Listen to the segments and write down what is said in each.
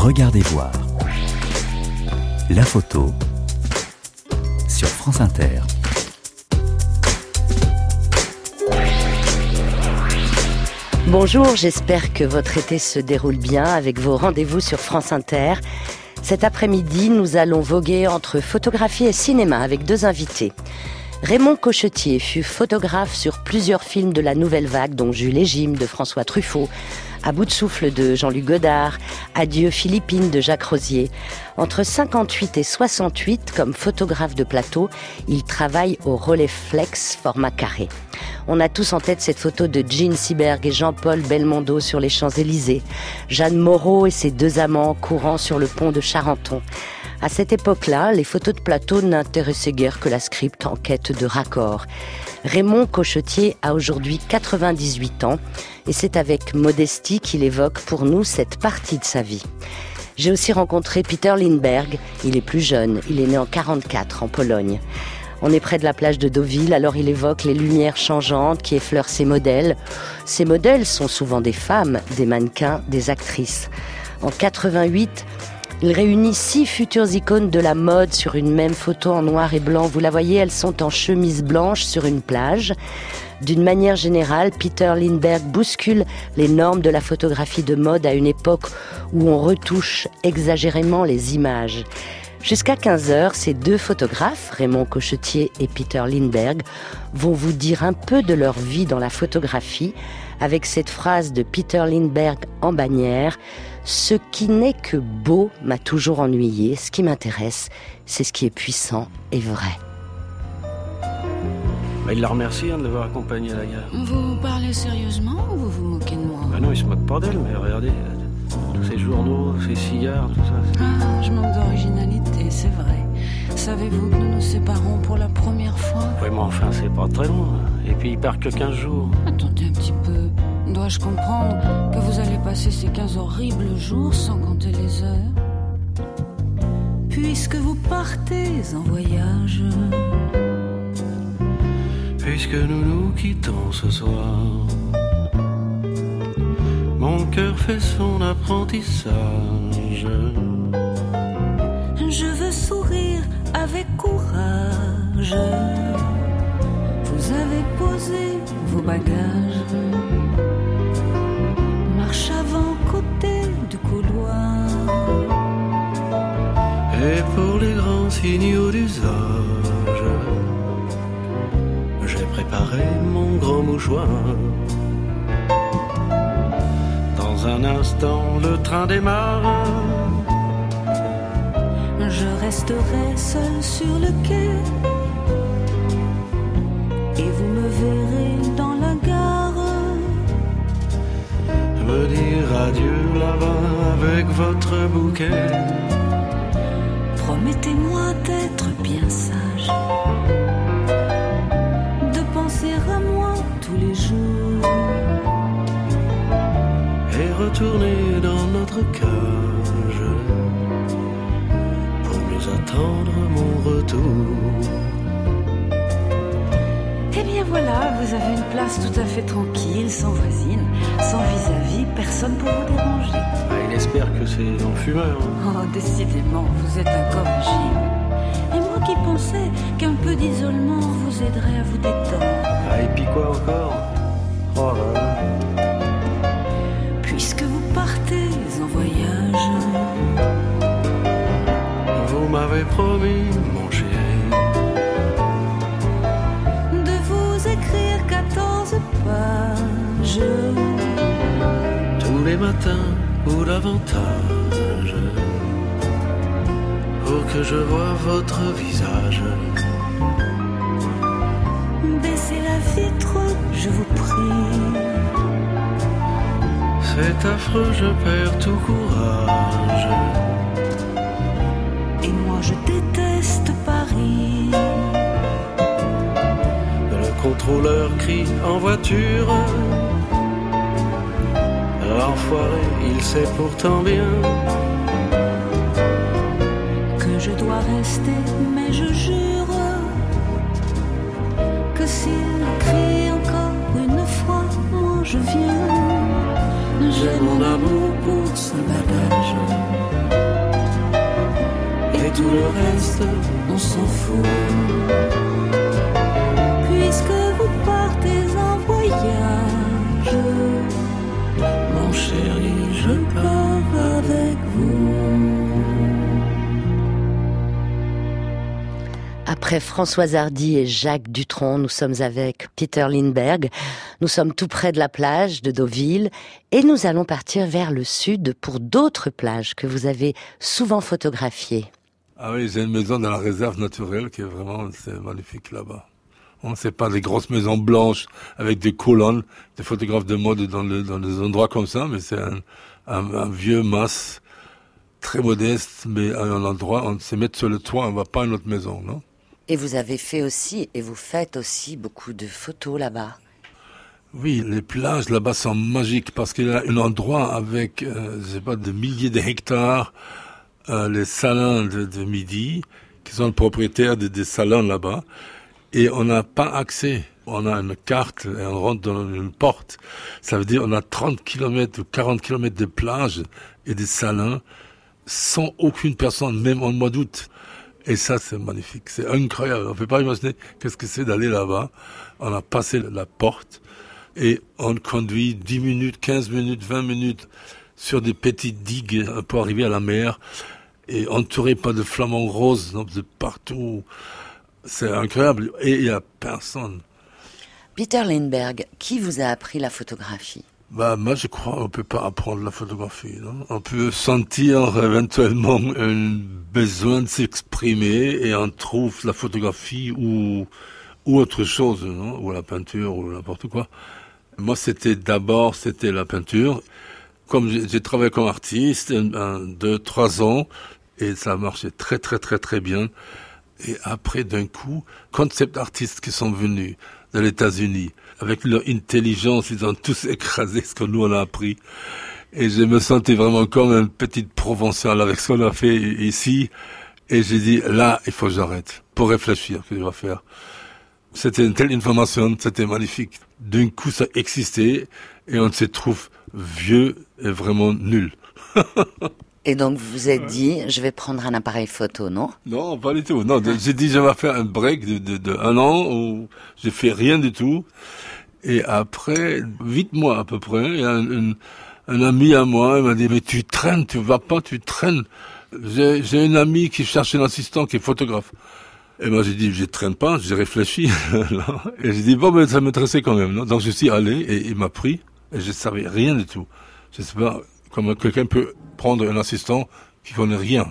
Regardez voir. La photo sur France Inter. Bonjour, j'espère que votre été se déroule bien avec vos rendez-vous sur France Inter. Cet après-midi, nous allons voguer entre photographie et cinéma avec deux invités. Raymond Cochetier fut photographe sur plusieurs films de la Nouvelle Vague, dont Jules et Jim de François Truffaut, À bout de souffle de Jean-Luc Godard, Adieu Philippines de Jacques Rosier. Entre 58 et 68, comme photographe de plateau, il travaille au Rolleiflex format carré. On a tous en tête cette photo de Jean Seberg et Jean-Paul Belmondo sur les Champs-Élysées, Jeanne Moreau et ses deux amants courant sur le pont de Charenton. À cette époque-là, les photos de plateau n'intéressaient guère que la script en quête de raccord. Raymond Cochetier a aujourd'hui 98 ans et c'est avec modestie qu'il évoque pour nous cette partie de sa vie. J'ai aussi rencontré Peter Lindbergh, il est plus jeune, il est né en 1944 en Pologne. On est près de la plage de Deauville, alors il évoque les lumières changeantes qui effleurent ses modèles. Ces modèles sont souvent des femmes, des mannequins, des actrices. En 1988, il réunit 6 futures icônes de la mode sur une même photo en noir et blanc. Vous la voyez, elles sont en chemise blanche sur une plage. D'une manière générale, Peter Lindbergh bouscule les normes de la photographie de mode à une époque où on retouche exagérément les images. Jusqu'à 15h, ces deux photographes, Raymond Cochetier et Peter Lindbergh, vont vous dire un peu de leur vie dans la photographie avec cette phrase de Peter Lindbergh en bannière: « Ce qui n'est que beau m'a toujours ennuyé. Ce qui m'intéresse, c'est ce qui est puissant et vrai. » Il la remercie de l'avoir accompagné à la gare. Vous parlez sérieusement ou vous vous moquez de moi? Non, il se moque pas d'elle, mais regardez, tous ces journaux, ces cigares, tout ça. Ah, je manque d'originalité, c'est vrai. Savez-vous que nous nous séparons pour la première fois? Oui, mais enfin, c'est pas très long. Et puis il part que 15 jours. Attendez un petit peu. Dois-je comprendre que vous allez passer ces 15 horribles jours sans compter les heures? Puisque vous partez en voyage. Puisque nous nous quittons ce soir, mon cœur fait son apprentissage. Je veux sourire avec courage. Vous avez posé vos bagages. Marche avant côté du couloir. Et pour les grands signaux d'usage, j'ai préparé mon grand mouchoir. Dans un instant, le train démarre. Je resterai seul sur le quai. Et vous me verrez dans la gare. Me dire adieu là-bas avec votre bouquet. Promettez-moi d'être bien sage. De penser à moi tous les jours. Et retourner dans notre cage pour mieux attendre mon retour. Eh bien voilà, vous avez une place tout à fait tranquille, sans voisine, sans vis-à-vis, personne pour vous déranger. Il espère que c'est en fumeur. Oh, décidément, vous êtes incorrigible. Et moi qui pensais qu'un peu d'isolement vous aiderait à vous détendre. Et puis quoi encore? Oh là là. Puisque vous partez en voyage, vous m'avez promis, mon chéri, de vous écrire 14 pages tous les matins ou davantage, pour que je voie votre visage. Baissez la vitre, je vous prie. C'est affreux, je perds tout courage. Et moi je déteste Paris. Le contrôleur crie en voiture. L'enfoiré, il sait pourtant bien que je dois rester, mais je jure que s'il crie encore une fois, moi je viens. J'ai mon amour pour ce bagage. tout le reste, on s'en fout. Puisque vous partez en voyage, mon chéri, je pars avec vous. Après Françoise Hardy et Jacques Dutronc, nous sommes avec Peter Lindbergh. Nous sommes tout près de la plage de Deauville et nous allons partir vers le sud pour d'autres plages que vous avez souvent photographiées. Ah oui, j'ai une maison dans la réserve naturelle qui est vraiment, c'est magnifique là-bas. C'est pas des grosses maisons blanches avec des colonnes, des photographes de mode dans des endroits comme ça, mais c'est un vieux mas très modeste, mais à un endroit, on se met sur le toit, on va pas à notre maison, non? Et vous avez fait aussi, et vous faites aussi beaucoup de photos là-bas. Oui, les plages là-bas sont magiques parce qu'il y a un endroit avec, je sais pas, des milliers de hectares, les salins de Midi, qui sont le propriétaire des salins là-bas, et on n'a pas accès. On a une carte et on rentre dans une porte. Ça veut dire on a 30 km ou 40 km de plages et des salins sans aucune personne, même en mois d'août. Et ça, c'est magnifique, c'est incroyable. On ne peut pas imaginer qu'est-ce que c'est d'aller là-bas. On a passé la porte et on conduit 10 minutes, 15 minutes, 20 minutes sur des petites digues pour arriver à la mer et entouré par de flamants roses de partout. C'est incroyable et il n'y a personne. Peter Lindbergh, qui vous a appris la photographie ? Moi, je crois qu'on peut pas apprendre la photographie, non? On peut sentir éventuellement un besoin de s'exprimer et on trouve la photographie ou autre chose, non? Ou la peinture ou n'importe quoi. Moi, c'était la peinture. Comme j'ai travaillé comme artiste, 2-3 ans, et ça marchait très, très, très, très bien. Et après, d'un coup, concept artistes qui sont venus de les États-Unis, avec leur intelligence, ils ont tous écrasé ce que nous on a appris. Et je me sentais vraiment comme une petite provinciale avec ce qu'on a fait ici. Et j'ai dit, là, il faut que j'arrête pour réfléchir ce que je vais faire. C'était une telle information, c'était magnifique. D'un coup, ça existait et on se trouve vieux et vraiment nul. Et donc vous vous êtes dit, je vais prendre un appareil photo, non? Non, pas du tout. Non, j'ai dit, je vais faire un break de 1 an où j'ai fait rien du tout. Et après 8 mois à peu près, il y a un ami à moi, il m'a dit, mais tu traînes, tu vas pas, tu traînes. J'ai une amie qui cherche un assistant qui est photographe. Et moi j'ai dit, je traîne pas, j'ai réfléchi. Et j'ai dit, bon, mais ça m'intéressait quand même. Non? Donc je suis allé et il m'a pris et je savais rien du tout. Je sais pas comment quelqu'un peut prendre un assistant qui connaît rien.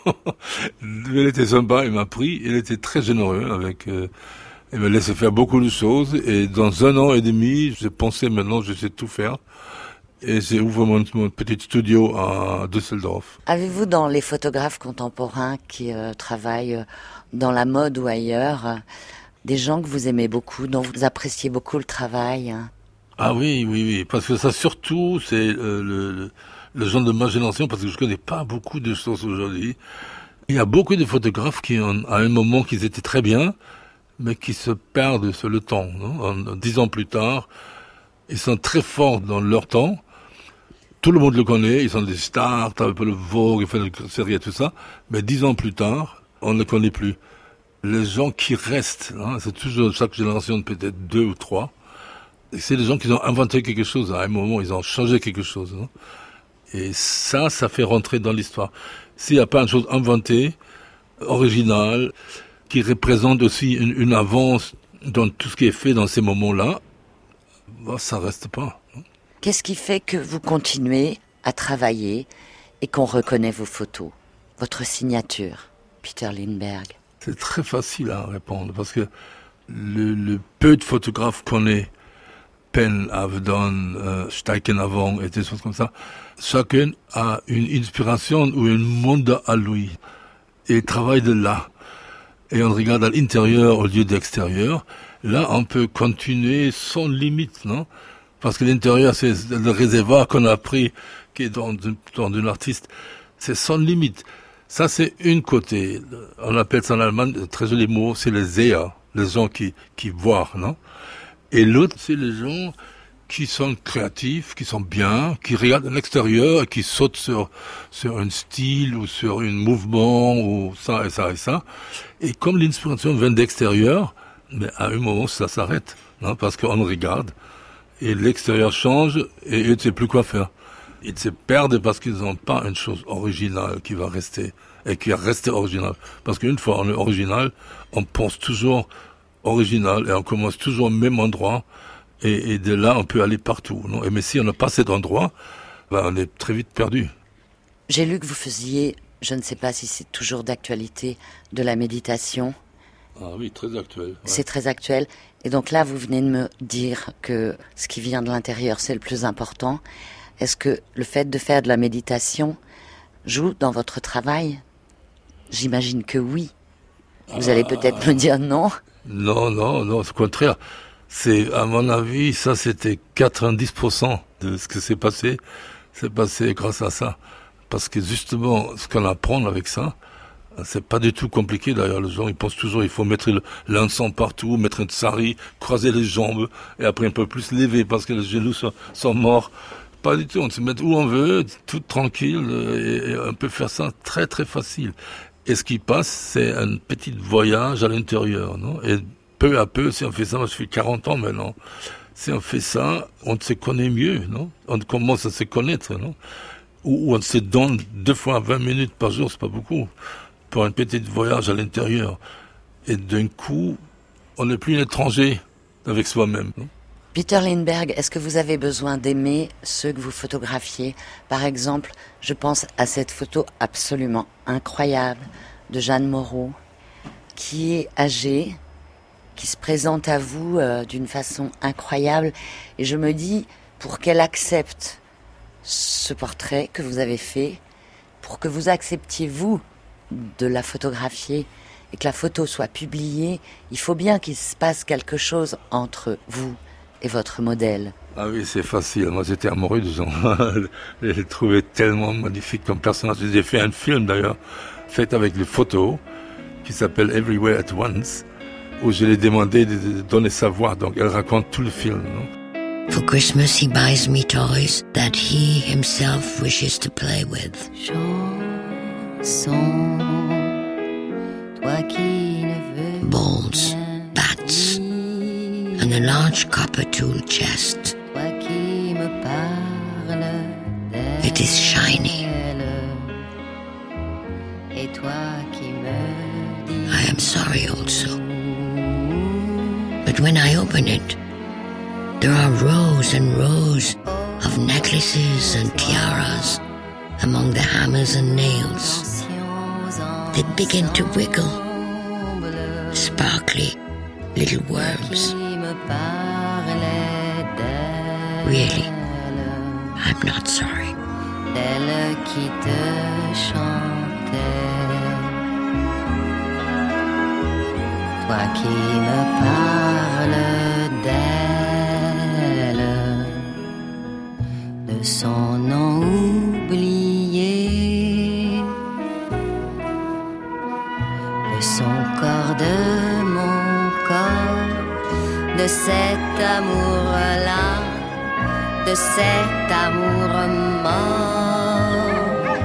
Il était sympa, il m'a pris, il était très généreux avec, il m'a laissé faire beaucoup de choses et dans 1 an et demi, j'ai pensé maintenant je sais tout faire et j'ai ouvert mon petit studio à Düsseldorf. Avez-vous dans les photographes contemporains qui travaillent dans la mode ou ailleurs, des gens que vous aimez beaucoup, dont vous appréciez beaucoup le travail? Ah oui, parce que ça surtout c'est le genre de ma génération, parce que je connais pas beaucoup de choses aujourd'hui. Il y a beaucoup de photographes qui, à un moment, qu'ils étaient très bien, mais qui se perdent sur le temps. Non? 10 ans plus tard, ils sont très forts dans leur temps. Tout le monde le connaît, ils sont des stars, t'as un peu le Vogue, ils font des séries et tout ça. Mais 10 ans plus tard, on ne les connaît plus. Les gens qui restent, hein, c'est toujours chaque génération peut-être 2 ou 3. Et c'est les gens qui ont inventé quelque chose. À un moment, ils ont changé quelque chose. Non? Et ça fait rentrer dans l'histoire. S'il n'y a pas une chose inventée, originale, qui représente aussi une avance dans tout ce qui est fait dans ces moments-là, ça reste pas. Qu'est-ce qui fait que vous continuez à travailler et qu'on reconnaît vos photos, votre signature, Peter Lindbergh? C'est très facile à répondre parce que le peu de photographes qu'on est, Penn, Avedon, Steichenavon et des choses comme ça, chacun a une inspiration ou un monde à lui et travaille de là. Et on regarde à l'intérieur au lieu de l'extérieur. Là, on peut continuer sans limite, non? Parce que l'intérieur, c'est le réservoir qu'on a pris, qui est dans un artiste. C'est sans limite. Ça, c'est une côté. On appelle ça en allemand, très joli mot, c'est les Seher, les gens qui voient, non? Et l'autre, c'est les gens qui sont créatifs, qui sont bien, qui regardent l'extérieur et qui sautent sur un style ou sur un mouvement ou ça et ça et ça. Et comme l'inspiration vient d'extérieur, mais à un moment ça s'arrête, hein, parce qu'on regarde et l'extérieur change et ils ne savent plus quoi faire. Ils se perdent parce qu'ils n'ont pas une chose originale qui va rester et qui va rester originale. Parce qu'une fois on est original, on pense toujours original et on commence toujours au même endroit. Et de là, on peut aller partout, non? Mais si on n'a pas cet endroit, on est très vite perdu. J'ai lu que vous faisiez, je ne sais pas si c'est toujours d'actualité, de la méditation. Ah oui, très actuel. Ouais. C'est très actuel. Et donc là, vous venez de me dire que ce qui vient de l'intérieur, c'est le plus important. Est-ce que le fait de faire de la méditation joue dans votre travail? J'imagine que oui. Vous allez peut-être me dire non. Non, au contraire. C'est, à mon avis, ça c'était 90% de ce qui s'est passé. C'est passé grâce à ça. Parce que justement, ce qu'on apprend avec ça, c'est pas du tout compliqué. D'ailleurs, les gens, ils pensent toujours, il faut mettre l'encens partout, mettre une sari, croiser les jambes, et après un peu plus lever parce que les genoux sont morts. Pas du tout. On se met où on veut, tout tranquille, et on peut faire ça très très facile. Et ce qui passe, c'est un petit voyage à l'intérieur, non? Et peu à peu, si on fait ça, moi je fais 40 ans maintenant, si on fait ça, on se connaît mieux, non? On commence à se connaître, non? Ou on se donne 2 fois 20 minutes par jour, c'est pas beaucoup, pour un petit voyage à l'intérieur. Et d'un coup, on n'est plus un étranger avec soi-même, non? Peter Lindbergh, est-ce que vous avez besoin d'aimer ceux que vous photographiez? Par exemple, je pense à cette photo absolument incroyable de Jeanne Moreau, qui est âgée, qui se présente à vous d'une façon incroyable. Et je me dis, pour qu'elle accepte ce portrait que vous avez fait, pour que vous acceptiez, vous, de la photographier et que la photo soit publiée, il faut bien qu'il se passe quelque chose entre vous et votre modèle. Ah oui, c'est facile. Moi, j'étais amoureux de Jean. Je l'ai trouvé tellement magnifique comme personnage. J'ai fait un film, d'ailleurs, fait avec les photos, qui s'appelle Everywhere at Once, où je lui ai demandé de donner sa voix. Donc, elle raconte tout le film, non? For Christmas, he buys me toys that he himself wishes to play with. Chanson, toi qui ne veux Balls, bats, and a large copper tool chest. toi qui me parles It is shiny. et toi qui me dis I am sorry also. But when I open it, there are rows and rows of necklaces and tiaras among the hammers and nails. They begin to wiggle, sparkly little worms. Really, I'm not sorry. d'elle qui te chantait, toi qui me parles d'elle, de son nom oublié, de son corps, de mon corps, de cet amour-là, de cet amour mort.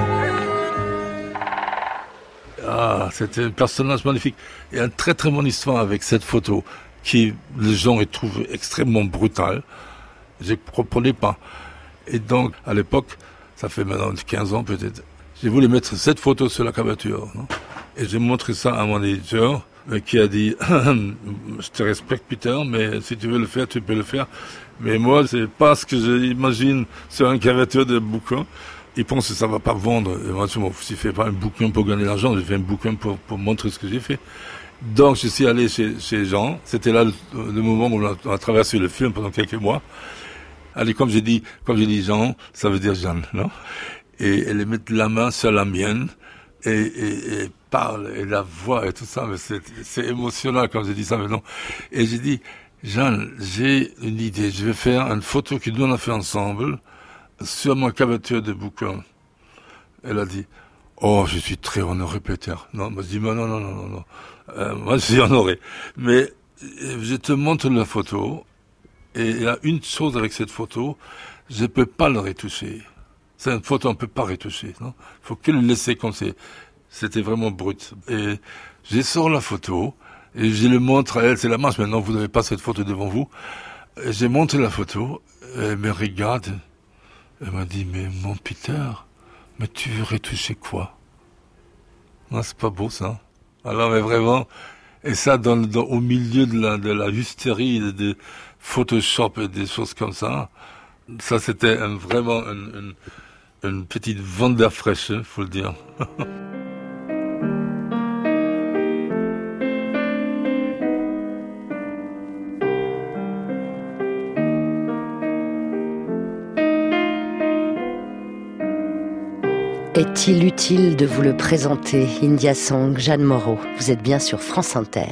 Ah, c'était un personnage magnifique. Et une très très bonne histoire avec cette photo qui, les gens trouvent extrêmement brutale. Je ne comprenais pas. Et donc, à l'époque, ça fait maintenant 15 ans peut-être, j'ai voulu mettre cette photo sur la couverture, non? Et j'ai montré ça à mon éditeur, qui a dit, je te respecte Peter, mais si tu veux le faire, tu peux le faire. Mais moi, c'est pas ce que j'imagine sur un couverture de bouquin. Ils pensent que ça va pas vendre. Et moi, je ne fais pas un bouquin pour gagner de l'argent, j'ai fait un bouquin pour montrer ce que j'ai fait. Donc, je suis allé chez Jean. C'était là le moment où on a traversé le film pendant quelques mois. Allez, comme j'ai dit Jean, ça veut dire Jeanne, non? Et elle met la main sur la mienne, et parle, et la voix, et tout ça, mais c'est émotionnel quand j'ai dit ça maintenant. Et j'ai dit, Jeanne, j'ai une idée, je vais faire une photo que nous on a fait ensemble, sur ma couverture de bouquin. Elle a dit, oh, je suis très honoré, Peter. Non, moi je dis, non. Moi je suis honoré. Mais je te montre la photo, Et il y a une chose avec cette photo, je peux pas le retoucher. C'est une photo, on peut pas retoucher, non? Faut que le laisser comme c'est. C'était vraiment brut. Et je sors la photo, et je le montre à elle, c'est la marche, maintenant vous n'avez pas cette photo devant vous. Et je montre la photo, elle me regarde, elle m'a dit, mais mon Peter, mais tu veux retoucher quoi? Non, c'est pas beau ça. Alors, mais vraiment, et ça au milieu de la hystérie de Photoshop et des choses comme ça, ça c'était vraiment une petite vente d'air fraîche, faut le dire. Est-il utile de vous le présenter, India Song, Jeanne Moreau? Vous êtes bien sur France Inter.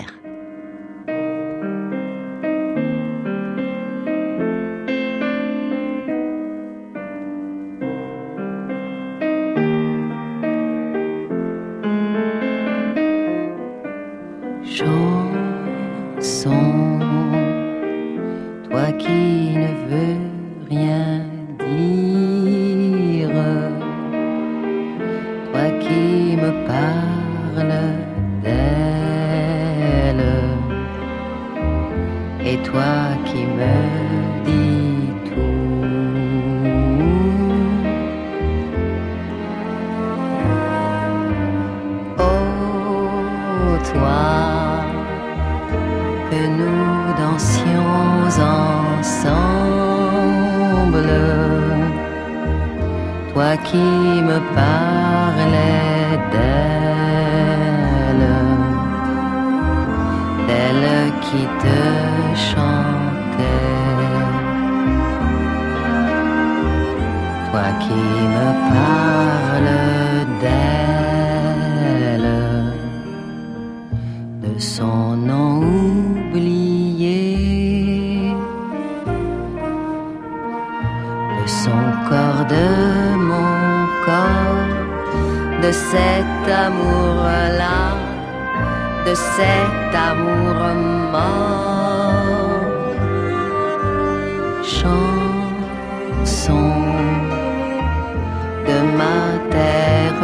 Chanson, toi qui ne veux rien dire, toi qui me parles d'elle, et toi qui me dis tout. Oh, toi que nous dansions ensemble, toi qui me parlais d'elle qui te chantait, toi qui me parles d'elle, de son nom oublié, de son corps, de mon corps, de cet amour-là, de cet amour mort. Chanson de ma terre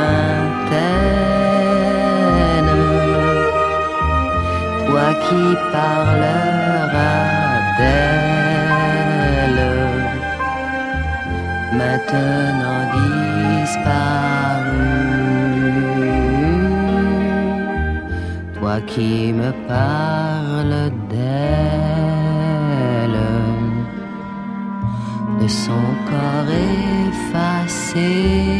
lointaine, toi qui parleras d'elle, maintenant disparue, toi qui me parles d'elle, de son corps effacé,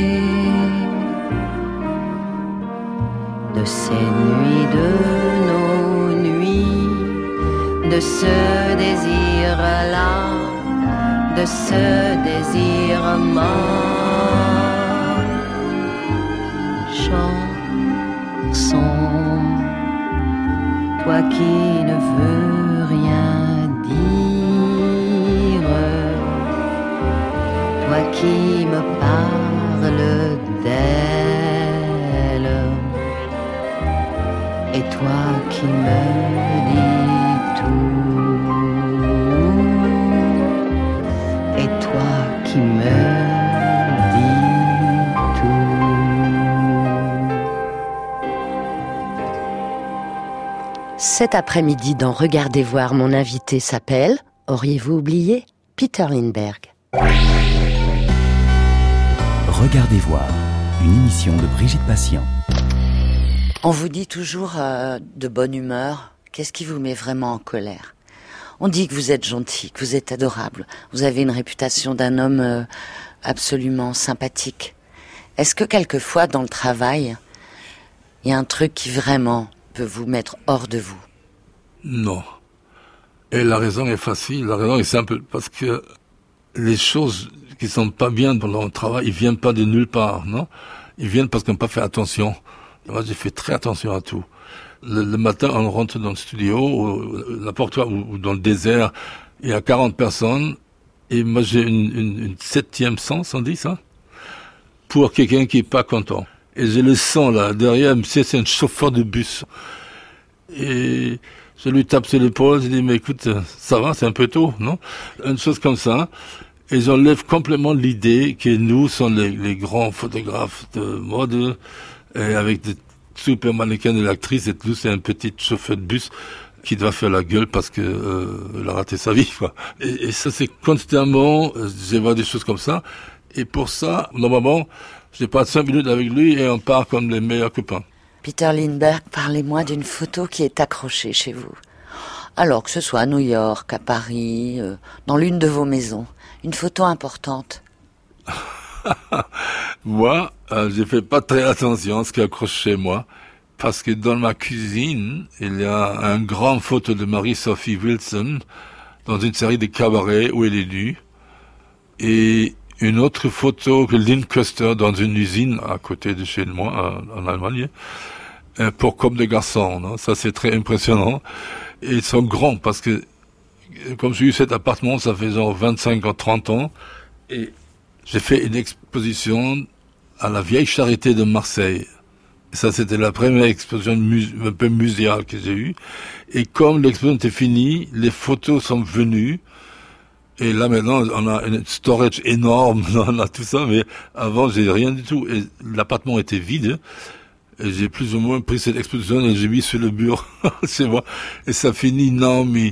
de ces nuits, de nos nuits, de ce désir-là, de ce désir mort. Chanson, toi qui ne veux rien dire, toi qui me parles d'elle, et toi qui me dis tout, et toi qui me dis tout. Cet après-midi, dans Regardez voir, mon invité s'appelle, auriez-vous oublié, Peter Lindbergh. Regardez voir, une émission de Brigitte Patient. On vous dit toujours de bonne humeur. Qu'est-ce qui vous met vraiment en colère? On dit que vous êtes gentil, que vous êtes adorable. Vous avez une réputation d'un homme absolument sympathique. Est-ce que quelquefois, dans le travail, il y a un truc qui vraiment peut vous mettre hors de vous? Non. Et la raison est facile, la raison est simple, parce que les choses qui sont pas bien dans le travail, ils viennent pas de nulle part, non? Ils viennent parce qu'on n'a pas fait attention. Moi, j'ai fait très attention à tout. Le matin, on rentre dans le studio, ou n'importe où, ou dans le désert, il y a 40 personnes, et moi j'ai une septième sens, on dit ça, pour quelqu'un qui est pas content. Et je le sens là, derrière, c'est un chauffeur de bus. Et Je lui tape sur l'épaule, je dis, mais écoute, ça va, c'est un peu tôt, non? Une chose comme ça. Et j'enlève complètement l'idée que nous sommes les grands photographes de mode, et avec des super mannequins de l'actrice, et tout, c'est un petit chauffeur de bus qui doit faire la gueule parce que il a raté sa vie, quoi. Et ça, c'est constamment, je vois des choses comme ça. Et pour ça, normalement, je passe 5 minutes avec lui et on part comme les meilleurs copains. Peter Lindbergh, parlez-moi d'une photo qui est accrochée chez vous. Alors que ce soit à New York, à Paris, dans l'une de vos maisons. Une photo importante. Moi, j'ai fait pas très attention à ce qui accroche chez moi. Parce que dans ma cuisine, il y a un grand photo de Marie-Sophie Wilson dans une série de cabarets où elle est nue. Et une autre photo que Lynn Custer dans une usine à côté de chez moi, en Allemagne, pour Comme des garçons. Non? Ça, c'est très impressionnant. Et ils sont grands parce que, comme j'ai eu cet appartement, ça fait genre 25 ou 30 ans. Et j'ai fait une exposition à la Vieille Charité de Marseille. Ça, c'était la première exposition un peu muséale que j'ai eue. Et comme l'exposition était finie, les photos sont venues. Et là, maintenant, on a un storage énorme, on a tout ça, mais avant, j'ai rien du tout. Et l'appartement était vide. Et j'ai plus ou moins pris cette exposition et j'ai mis sur le bureau chez moi. Et ça finit Naomi,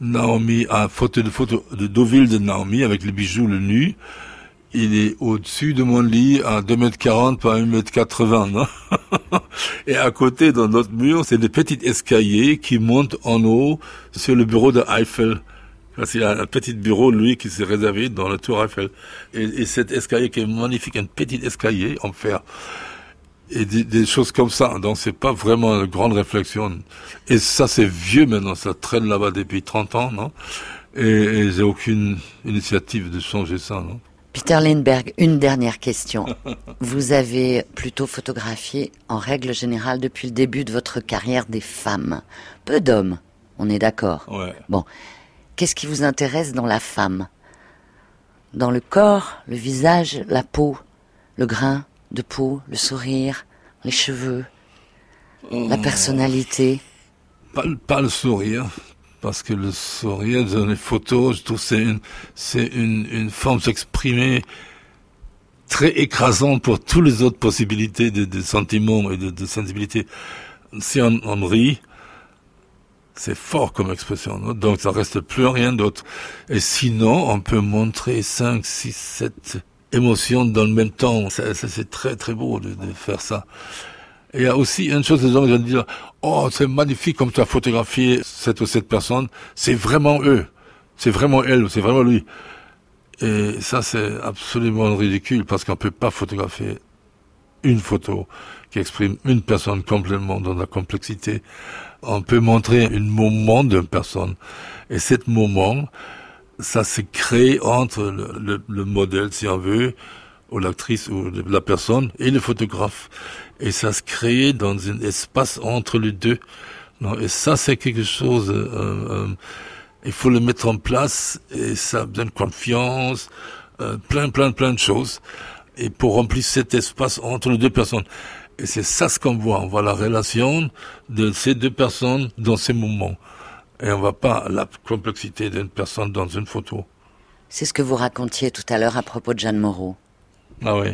photo de Deauville de Naomi, avec les bijoux, le nu. Il est au-dessus de mon lit à 2,40 m par 1,80 m, non? Et à côté, dans notre mur, c'est des petits escaliers qui montent en haut sur le bureau de Eiffel. Parce qu'il y a un petit bureau, lui, qui s'est réservé dans la tour Eiffel. Et cet escalier qui est magnifique, un petit escalier en fer. Et des choses comme ça. Donc c'est pas vraiment une grande réflexion. Et ça, c'est vieux maintenant. Ça traîne là-bas depuis 30 ans, non? Et j'ai aucune initiative de changer ça, non? Peter Lindbergh, une dernière question. Vous avez plutôt photographié, en règle générale, depuis le début de votre carrière, des femmes. Peu d'hommes, on est d'accord. Ouais. Bon, qu'est-ce qui vous intéresse dans la femme? Dans le corps, le visage, la peau, le grain de peau, le sourire, les cheveux, la personnalité? Pas le sourire. Parce que le sourire dans les photos, je trouve c'est une forme d'exprimer très écrasante pour toutes les autres possibilités de sentiments et de sensibilité. Si on rit, c'est fort comme expression, non? Donc ça reste plus rien d'autre. Et sinon, on peut montrer 5, 6, 7 émotions dans le même temps. Ça c'est très très beau de faire ça. Et il y a aussi une chose, les gens vont dire, oh, c'est magnifique comme tu as photographié cette ou cette personne. C'est vraiment eux. C'est vraiment elle, c'est vraiment lui. Et ça, c'est absolument ridicule parce qu'on peut pas photographier une photo qui exprime une personne complètement dans la complexité. On peut montrer un moment d'une personne. Et cet moment, ça se crée entre le modèle, si on veut, ou l'actrice ou la personne et le photographe. Et ça se crée dans un espace entre les deux. Non, et ça, c'est quelque chose, il faut le mettre en place et ça donne confiance, plein de choses. Et pour remplir cet espace entre les deux personnes. Et c'est ça ce qu'on voit. On voit la relation de ces deux personnes dans ces moments. Et on voit pas la complexité d'une personne dans une photo. C'est ce que vous racontiez tout à l'heure à propos de Jeanne Moreau. Ah oui.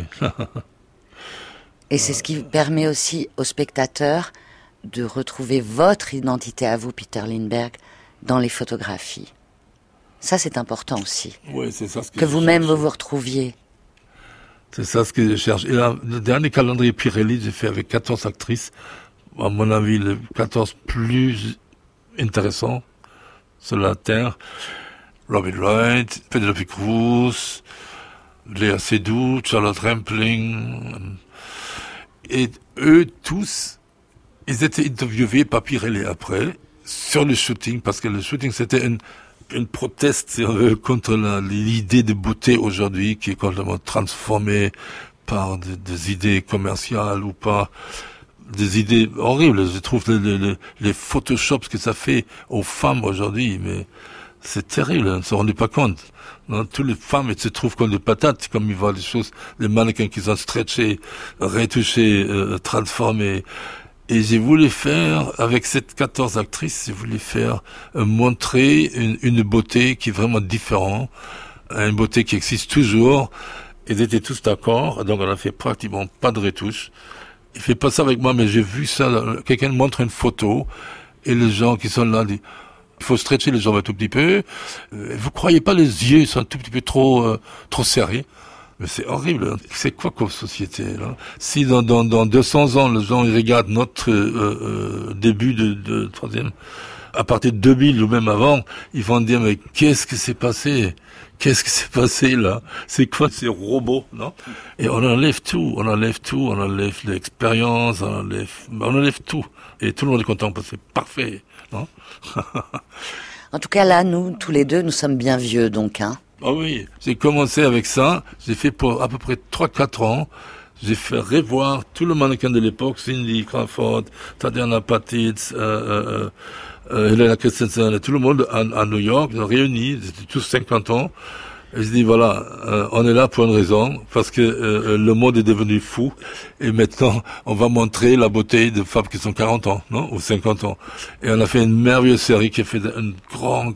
Et c'est ce qui permet aussi aux spectateurs de retrouver votre identité à vous, Peter Lindbergh, dans les photographies. Ça, c'est important aussi. Oui, c'est ça ce que vous-même vous retrouviez. C'est ça ce que je cherche. Et là, le dernier calendrier Pirelli, j'ai fait avec 14 actrices. À mon avis, les 14 plus intéressants sur la Terre. Robin Wright, Penelope Cruz, Léa Seydoux, Charlotte Rampling. Et eux tous, ils étaient interviewés par Pirelli après, sur le shooting, parce que le shooting c'était une proteste contre l'idée de beauté aujourd'hui qui est complètement transformée par des idées commerciales ou par des idées horribles. Je trouve les photoshops que ça fait aux femmes aujourd'hui, mais c'est terrible, on ne se rend pas compte. Non, toutes les femmes, elles se trouvent comme des patates, comme ils voient les choses, les mannequins qui sont stretchés, retouchés, transformés. Et j'ai voulu faire, avec ces 14 actrices, j'ai voulu faire montrer une beauté qui est vraiment différente, une beauté qui existe toujours. Ils étaient tous d'accord, donc on a fait pratiquement pas de retouches. Il fait pas ça avec moi, mais j'ai vu ça, quelqu'un montre une photo, et les gens qui sont là disent, il faut stretcher les jambes un tout petit peu. Vous croyez pas, les yeux sont un tout petit peu trop serrés. Mais c'est horrible. C'est quoi comme société, là? Si dans 200 ans, les gens ils regardent notre début de troisième, à partir de 2000 ou même avant, ils vont dire, mais qu'est-ce qui s'est passé? Qu'est-ce qui s'est passé, là? C'est quoi ces robots, non? Et on enlève tout, on enlève l'expérience, on enlève tout. Et tout le monde est content parce que c'est parfait, non? En tout cas, là, nous, tous les deux, nous sommes bien vieux, donc, hein. Ah oui, j'ai commencé avec ça, j'ai fait pour à peu près 3-4 ans, j'ai fait revoir tout le mannequin de l'époque, Cindy Crawford, Tatiana Patitz, Helena Christensen, et tout le monde à New York, réunis, ils étaient tous 50 ans, et je dis voilà, on est là pour une raison, parce que le monde est devenu fou, et maintenant on va montrer la beauté de femmes qui sont 40 ans, non, ou 50 ans. Et on a fait une merveilleuse série qui a fait un grand,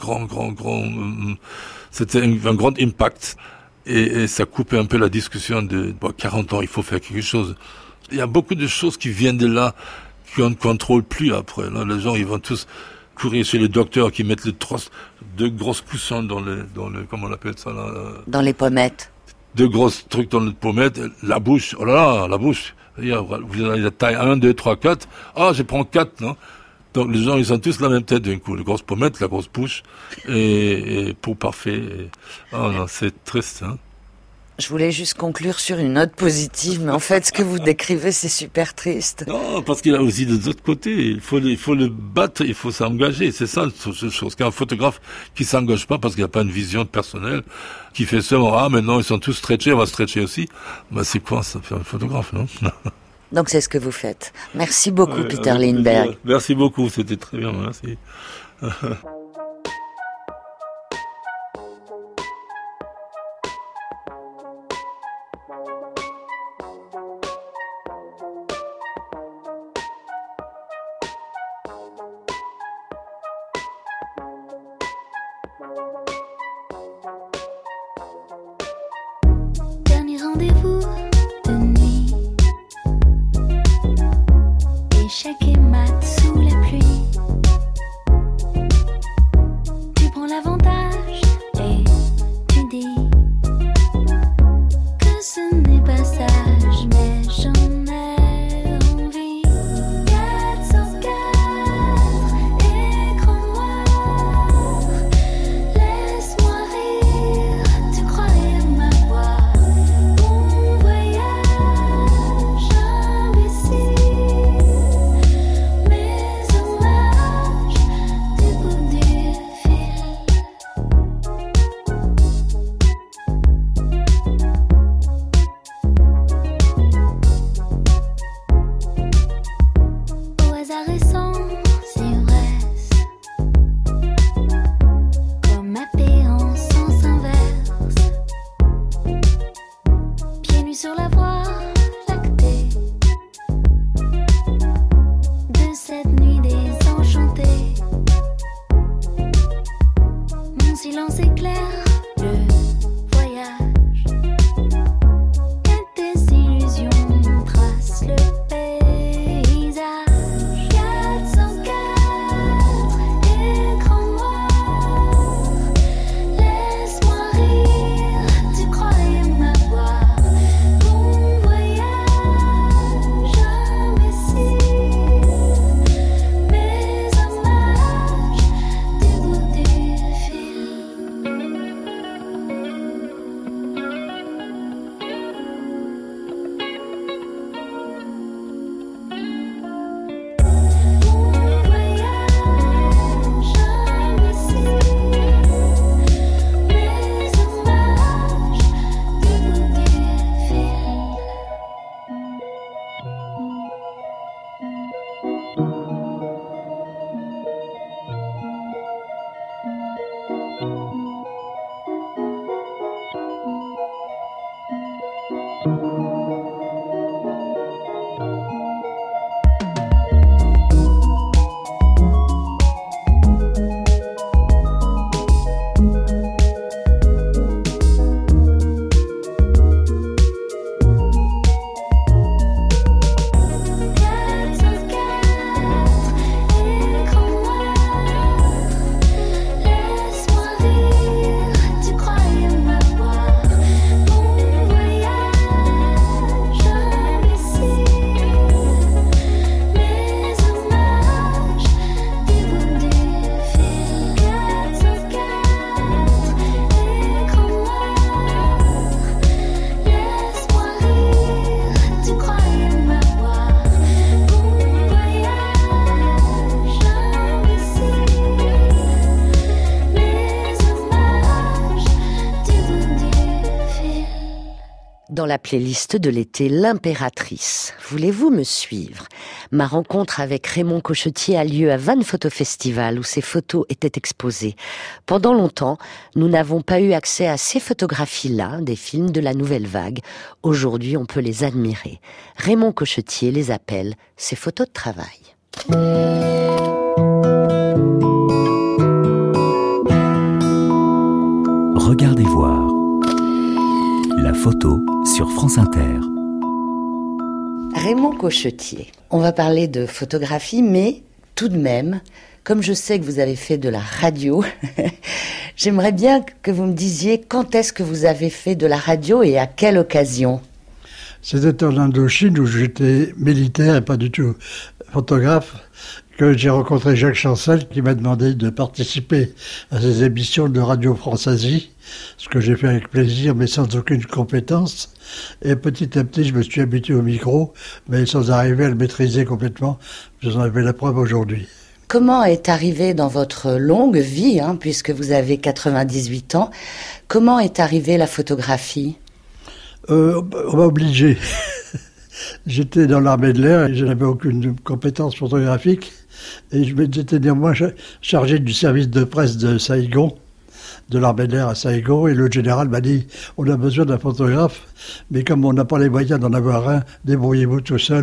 c'était un grand impact, et ça coupait un peu la discussion de 40 ans, il faut faire quelque chose. Il y a beaucoup de choses qui viennent de là, qu'on ne contrôle plus après. Là, les gens, ils vont tous courir chez les docteurs qui mettent deux grosses coussins dans le, comment on appelle ça, là? Dans les pommettes. Deux grosses trucs dans le pommette, la bouche, oh là là, la bouche. Vous avez la taille 1, 2, 3, 4. Ah, je prends 4, non? Donc les gens, ils ont tous la même tête d'un coup, les grosses pommettes, la grosse bouche, et peau parfait. Oh non, c'est triste, hein. Je voulais juste conclure sur une note positive, mais en fait, ce que vous décrivez, c'est super triste. Non, parce qu'il y a aussi des autres côtés. Il faut le battre, il faut s'engager. C'est ça, la chose. Qu'un photographe qui s'engage pas parce qu'il n'a pas une vision personnelle, qui fait seulement, ah, maintenant, ils sont tous stretchés, on va stretcher aussi. Bah, c'est quoi, ça, faire un photographe, non? Donc, c'est ce que vous faites. Merci beaucoup, Peter Lindbergh. Merci beaucoup, c'était très bien, merci. Dernier rendez-vous de nuit, échec et mat sous la pluie. Tu prends l'avantage et tu dis que ce n'est pas sage, mais j'en ai envie. 4 sur 4, écran noir, laisse-moi rire, tu croyais m'avoir. On dans la playlist de l'été L'Impératrice. Voulez-vous me suivre ? Ma rencontre avec Raymond Cochetier a lieu à Vannes Photo Festival où ses photos étaient exposées. Pendant longtemps, nous n'avons pas eu accès à ces photographies-là, des films de la Nouvelle Vague. Aujourd'hui, on peut les admirer. Raymond Cochetier les appelle ses photos de travail. Regardez voir. La photo sur France Inter. Raymond Cochetier, on va parler de photographie, mais tout de même, comme je sais que vous avez fait de la radio, j'aimerais bien que vous me disiez quand est-ce que vous avez fait de la radio et à quelle occasion ? C'était en Indochine où j'étais militaire et pas du tout photographe, que j'ai rencontré Jacques Chancel qui m'a demandé de participer à ces émissions de Radio France-Asie, ce que j'ai fait avec plaisir mais sans aucune compétence. Et petit à petit, je me suis habitué au micro, mais sans arriver à le maîtriser complètement. Vous en avez la preuve aujourd'hui. Comment est arrivé dans votre longue vie, puisque vous avez 98 ans, comment est arrivée la photographie ? On m'a obligé. J'étais dans l'armée de l'air et je n'avais aucune compétence photographique. Et j'étais néanmoins chargé du service de presse de Saïgon, de l'armée de l'air à Saïgon. Et le général m'a dit, on a besoin d'un photographe, mais comme on n'a pas les moyens d'en avoir un, débrouillez-vous tout seul.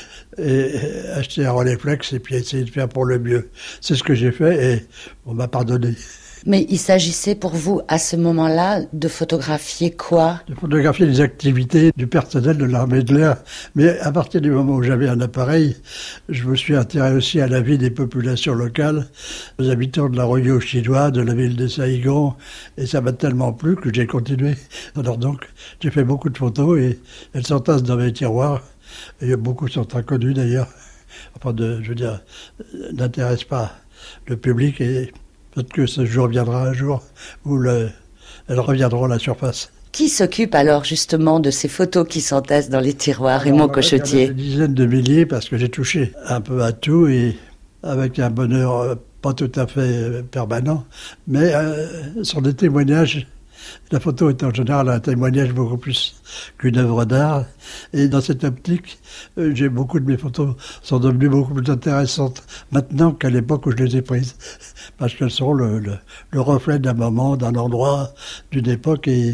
Et acheter un Rolleiflex et puis essayer de faire pour le mieux. C'est ce que j'ai fait et on m'a pardonné. Mais il s'agissait pour vous, à ce moment-là, de photographier quoi ? De photographier les activités du personnel de l'armée de l'air. Mais à partir du moment où j'avais un appareil, je me suis intéressé aussi à la vie des populations locales, aux habitants de l'arroyo chinois, de la ville de Saïgon. Et ça m'a tellement plu que j'ai continué. Alors donc, j'ai fait beaucoup de photos et elles s'entassent dans mes tiroirs. Et beaucoup sont inconnus d'ailleurs. Enfin, n'intéressent pas le public et... Peut-être que ce jour viendra un jour où elles reviendront à la surface. Qui s'occupe alors justement de ces photos qui s'entassent dans les tiroirs, Raymond Cochetier ? Des dizaines de milliers parce que j'ai touché un peu à tout et avec un bonheur pas tout à fait permanent. Mais ce sont des témoignages. La photo est en général un témoignage beaucoup plus qu'une œuvre d'art. Et dans cette optique, beaucoup de mes photos sont devenues beaucoup plus intéressantes maintenant qu'à l'époque où je les ai prises. Parce qu'elles sont le reflet d'un moment, d'un endroit, d'une époque, et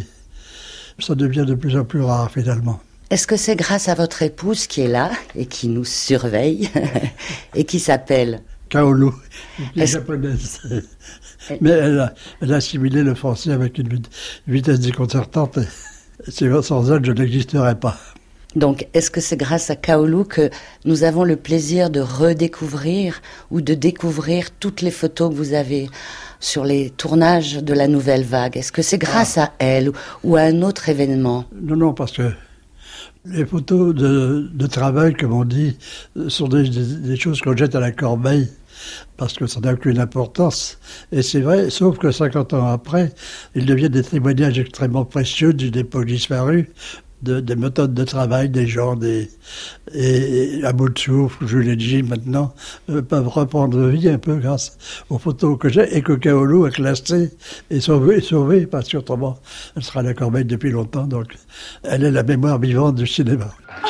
ça devient de plus en plus rare finalement. Est-ce que c'est grâce à votre épouse qui est là et qui nous surveille et qui s'appelle Kaolu, qui est japonaise. Mais elle a assimilé le français avec une vitesse déconcertante. Sans elle, je n'existerais pas. Donc, est-ce que c'est grâce à Kaolu que nous avons le plaisir de redécouvrir ou de découvrir toutes les photos que vous avez sur les tournages de la Nouvelle Vague ? Est-ce que c'est grâce à elle ou à un autre événement ? Non, parce que les photos de travail, comme on dit, sont des choses qu'on jette à la corbeille. Parce que ça n'a aucune importance. Et c'est vrai, sauf que 50 ans après, ils deviennent des témoignages extrêmement précieux d'une époque disparue, des méthodes de travail des gens, et à bout de souffle, Jules et Jim maintenant, peuvent reprendre vie un peu grâce aux photos que j'ai et que Kaolu a classées et sauvées, parce qu'autrement, elle sera à la corbeille depuis longtemps. Donc, elle est la mémoire vivante du cinéma.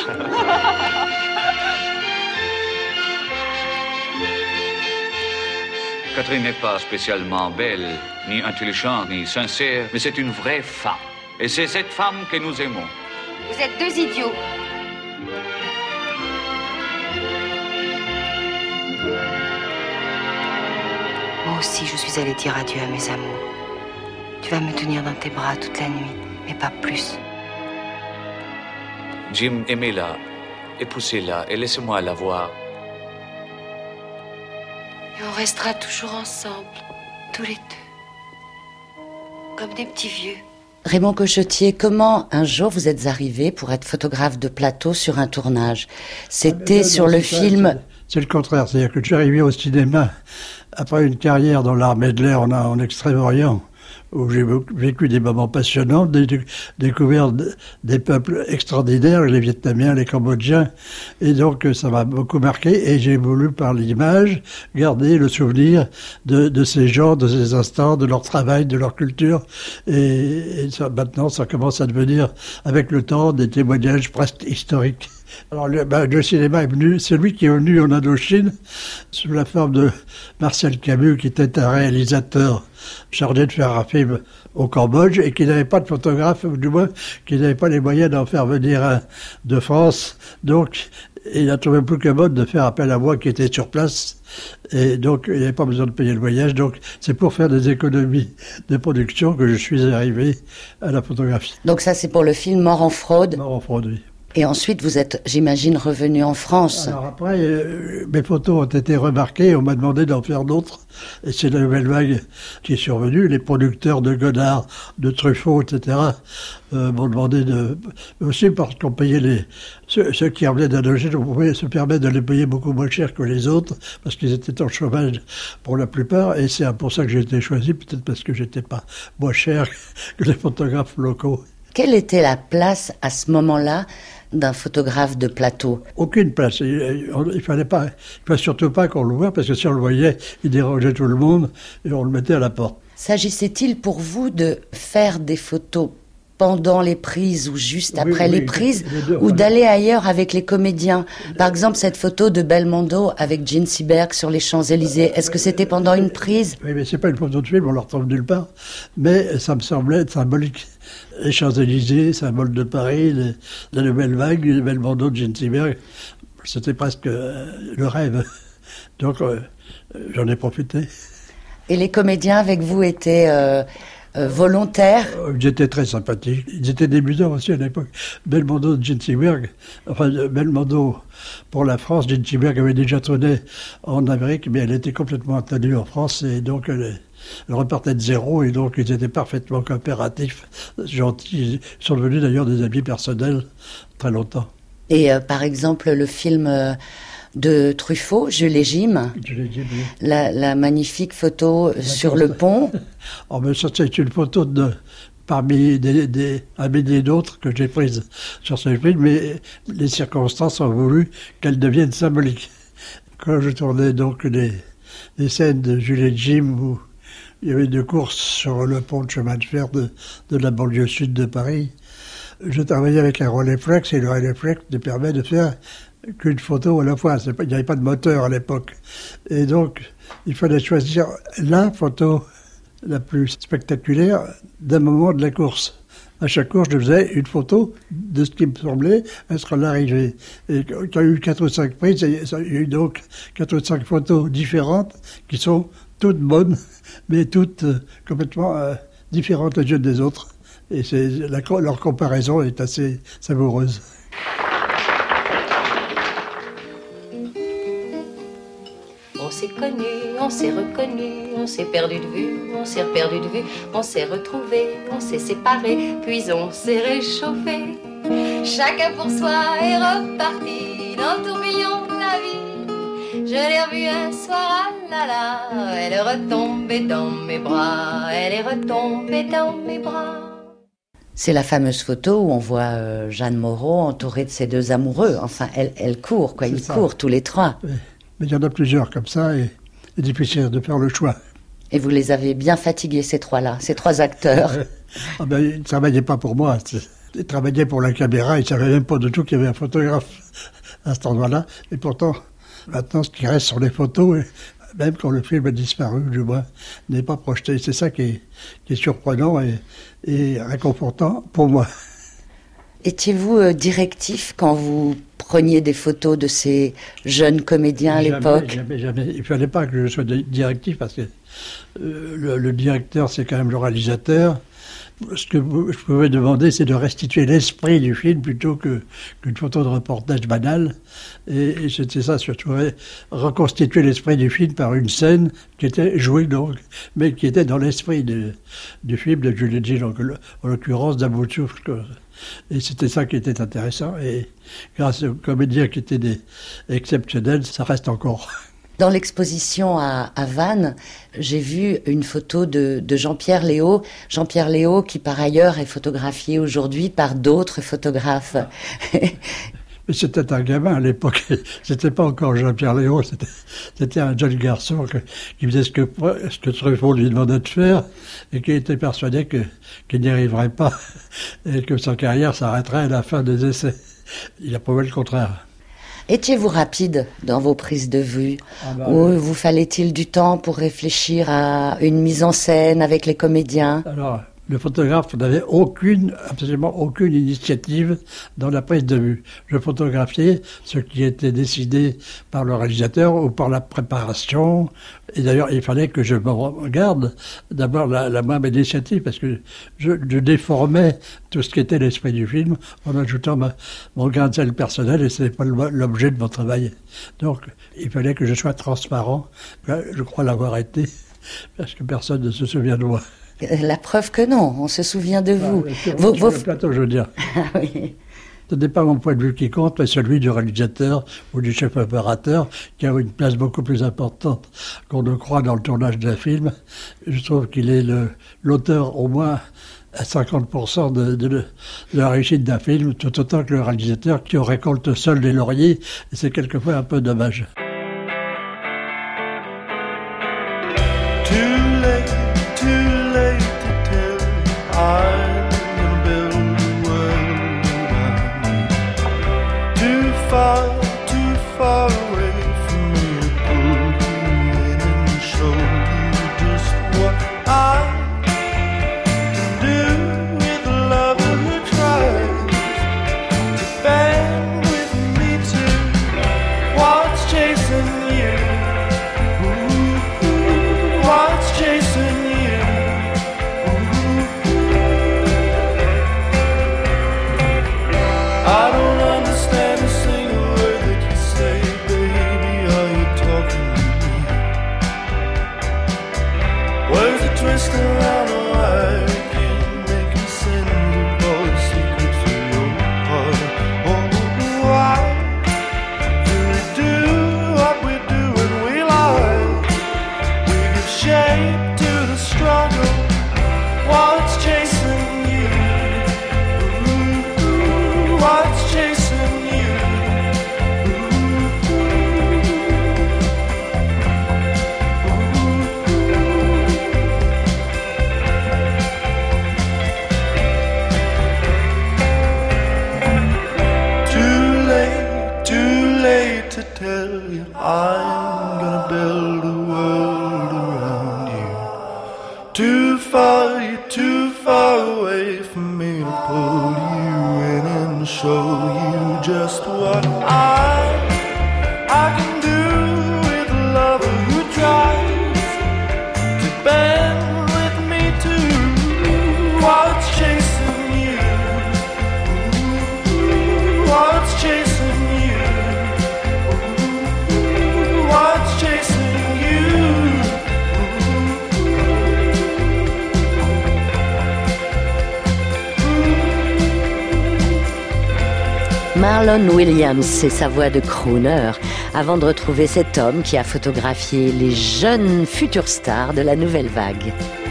Catherine n'est pas spécialement belle, ni intelligente, ni sincère, mais c'est une vraie femme. Et c'est cette femme que nous aimons. Vous êtes deux idiots. Moi aussi, je suis allée dire adieu à mes amours. Tu vas me tenir dans tes bras toute la nuit, mais pas plus. Jim, aimez-la, épousez-la et laissez-moi la voir. Et on restera toujours ensemble, tous les deux, comme des petits vieux. Raymond Cochetier, comment un jour vous êtes arrivé pour être photographe de plateau sur un tournage ? C'était sur le film... C'est le contraire, c'est-à-dire que je suis arrivé au cinéma après une carrière dans l'armée de l'air en Extrême-Orient, où j'ai vécu des moments passionnants, découvert des peuples extraordinaires, les Vietnamiens, les Cambodgiens, et donc ça m'a beaucoup marqué, et j'ai voulu par l'image garder le souvenir de ces gens, de ces instants, de leur travail, de leur culture, et ça, maintenant ça commence à devenir, avec le temps, des témoignages presque historiques. Alors le cinéma est venu, c'est lui qui est venu en Indochine sous la forme de Marcel Camus, qui était un réalisateur chargé de faire un film au Cambodge et qui n'avait pas de photographe, ou du moins qui n'avait pas les moyens d'en faire venir un de France. Donc il a trouvé plus commode de faire appel à moi qui était sur place. Et donc il n'avait pas besoin de payer le voyage. Donc c'est pour faire des économies de production que je suis arrivé à la photographie. Donc ça c'est pour le film Mort en fraude. Mort en fraude, oui. Et ensuite, vous êtes, j'imagine, revenu en France. Alors après, mes photos ont été remarquées, on m'a demandé d'en faire d'autres. Et c'est la nouvelle vague qui est survenue. Les producteurs de Godard, de Truffaut, etc. M'ont demandé de... Aussi parce qu'on payait ceux qui revenaient d'Indochine, on pouvait se permettre de les payer beaucoup moins cher que les autres, parce qu'ils étaient en chômage pour la plupart. Et c'est pour ça que j'ai été choisi, peut-être parce que j'étais pas moins cher que les photographes locaux. Quelle était la place à ce moment-là d'un photographe de plateau? Aucune place. Il fallait surtout pas qu'on le voie, parce que si on le voyait, il dérangeait tout le monde et on le mettait à la porte. S'agissait-il pour vous de faire des photos pendant les prises ou juste après les prises, ou d'aller ailleurs avec les comédiens? Par exemple, cette photo de Belmondo avec Gene Seberg sur les Champs-Élysées, est-ce que c'était pendant une prise? Oui, mais c'est pas une photo de film, on la retrouve nulle part, mais ça me semblait être symbolique. Les Champs-Élysées, symbole de Paris, la nouvelle vague, Belmondo de Gene Seberg, c'était presque le rêve. Donc j'en ai profité. Et les comédiens avec vous étaient... volontaires? Ils étaient très sympathiques. Ils étaient débutants aussi à l'époque. Belmondo de Gene Seberg, enfin Belmondo pour la France, Gene Seberg avait déjà tourné en Amérique, mais elle était complètement attendue en France, et donc elle repartait de zéro, et donc ils étaient parfaitement coopératifs, gentils. Ils sont devenus d'ailleurs des amis personnels très longtemps. Et par exemple le film... de Truffaut, Jules et Jim, oui. La magnifique photo sur le pont. Oh, mais ça, c'est une photo parmi un millier d'autres que j'ai prises sur ce film, mais les circonstances ont voulu qu'elle devienne symbolique. Quand je tournais donc les scènes de Jules et Jim, où il y avait une course sur le pont de chemin de fer de la banlieue sud de Paris, je travaillais avec un Rolleiflex, et le Rolleiflex me permet de faire qu'une photo à la fois. Il n'y avait pas de moteur à l'époque. Et donc, il fallait choisir la photo la plus spectaculaire d'un moment de la course. À chaque course, je faisais une photo de ce qui me semblait être l'arrivée. Et quand il y a eu 4 ou 5 prises, il y a eu donc 4 ou 5 photos différentes qui sont toutes bonnes, mais toutes complètement différentes les unes des autres. Et leur comparaison est assez savoureuse. On s'est connus, on s'est reconnus, on s'est perdu de vue, on s'est reperdu de vue, on s'est retrouvés, on s'est séparés, puis on s'est réchauffés. Chacun pour soi est reparti dans le tourbillon de la vie. Je l'ai revue un soir, ah là là, elle est retombée dans mes bras, elle est retombée dans mes bras. C'est la fameuse photo où on voit Jeanne Moreau entourée de ses 2 amoureux. Enfin, elle court, quoi. Ils courent tous les 3. Oui. Mais il y en a plusieurs comme ça, et c'est difficile de faire le choix. Et vous les avez bien fatigués, ces 3-là, ces 3 acteurs. Ils ne travaillaient pas pour moi. Ils travaillaient pour la caméra. Ils ne savaient même pas du tout qu'il y avait un photographe à cet endroit-là. Et pourtant, maintenant, ce qui reste sur les photos, même quand le film a disparu, du moins, n'est pas projeté. C'est ça qui est surprenant et réconfortant pour moi. Étiez-vous directif quand vous preniez des photos de ces jeunes comédiens à l'époque? Jamais. Il ne fallait pas que je sois directif, parce que le directeur, c'est quand même le réalisateur. Ce que je pouvais demander, c'est de restituer l'esprit du film plutôt qu'une photo de reportage banal. Et c'était ça, surtout, reconstituer l'esprit du film par une scène qui était jouée, donc, mais qui était dans l'esprit du film de Jules et Jim, en l'occurrence d'About Souffle. Et c'était ça qui était intéressant. Et grâce aux comédiens qui étaient exceptionnels, ça reste encore. Dans l'exposition à Vannes, j'ai vu une photo de Jean-Pierre Léaud. Jean-Pierre Léaud qui par ailleurs est photographié aujourd'hui par d'autres photographes. Mais c'était un gamin à l'époque. C'était pas encore Jean-Pierre Léaud. C'était un jeune garçon qui faisait ce que Truffaut lui demandait de faire et qui était persuadé qu'il n'y arriverait pas et que sa carrière s'arrêterait à la fin des essais. Il a prouvé le contraire. Étiez-vous rapide dans vos prises de vue ou vous fallait-il du temps pour réfléchir à une mise en scène avec les comédiens? Alors, le photographe n'avait absolument aucune initiative dans la prise de vue. Je photographiais ce qui était décidé par le réalisateur ou par la préparation. Et d'ailleurs, il fallait que je me regarde d'avoir la moindre initiative parce que je déformais tout ce qui était l'esprit du film en ajoutant mon grain de sel personnel et ce n'est pas l'objet de mon travail. Donc, il fallait que je sois transparent. Je crois l'avoir été parce que personne ne se souvient de moi. La preuve que non, on se souvient de vous. Sur le plateau, je veux dire. Ah oui. Ce n'est pas mon point de vue qui compte, mais celui du réalisateur ou du chef opérateur, qui a une place beaucoup plus importante qu'on ne croit dans le tournage d'un film. Je trouve qu'il est l'auteur au moins à 50% de la réussite d'un film, tout autant que le réalisateur qui en récolte seul les lauriers, et c'est quelquefois un peu dommage. Marlon Williams et sa voix de crooner, avant de retrouver cet homme qui a photographié les jeunes futures stars de la nouvelle vague.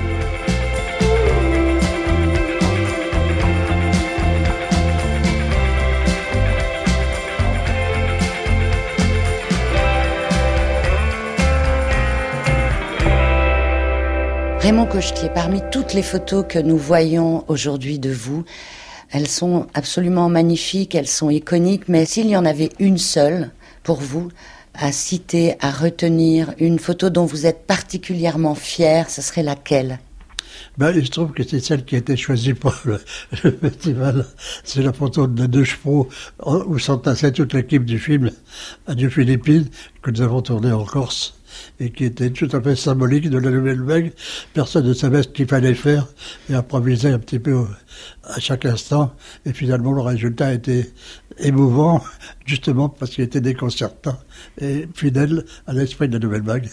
Raymond Cochetier, parmi toutes les photos que nous voyons aujourd'hui de vous, elles sont absolument magnifiques, elles sont iconiques, mais s'il y en avait une seule pour vous à citer, à retenir, une photo dont vous êtes particulièrement fier, ce serait laquelle ? Il se trouve que c'est celle qui a été choisie pour le festival. C'est la photo de 2 chevaux où s'entassait toute l'équipe du film Adieu Philippines, que nous avons tourné en Corse, et qui était tout à fait symbolique de la nouvelle vague. Personne ne savait ce qu'il fallait faire et improvisait un petit peu à chaque instant. Et finalement, le résultat était émouvant, justement parce qu'il était déconcertant et fidèle à l'esprit de la nouvelle vague.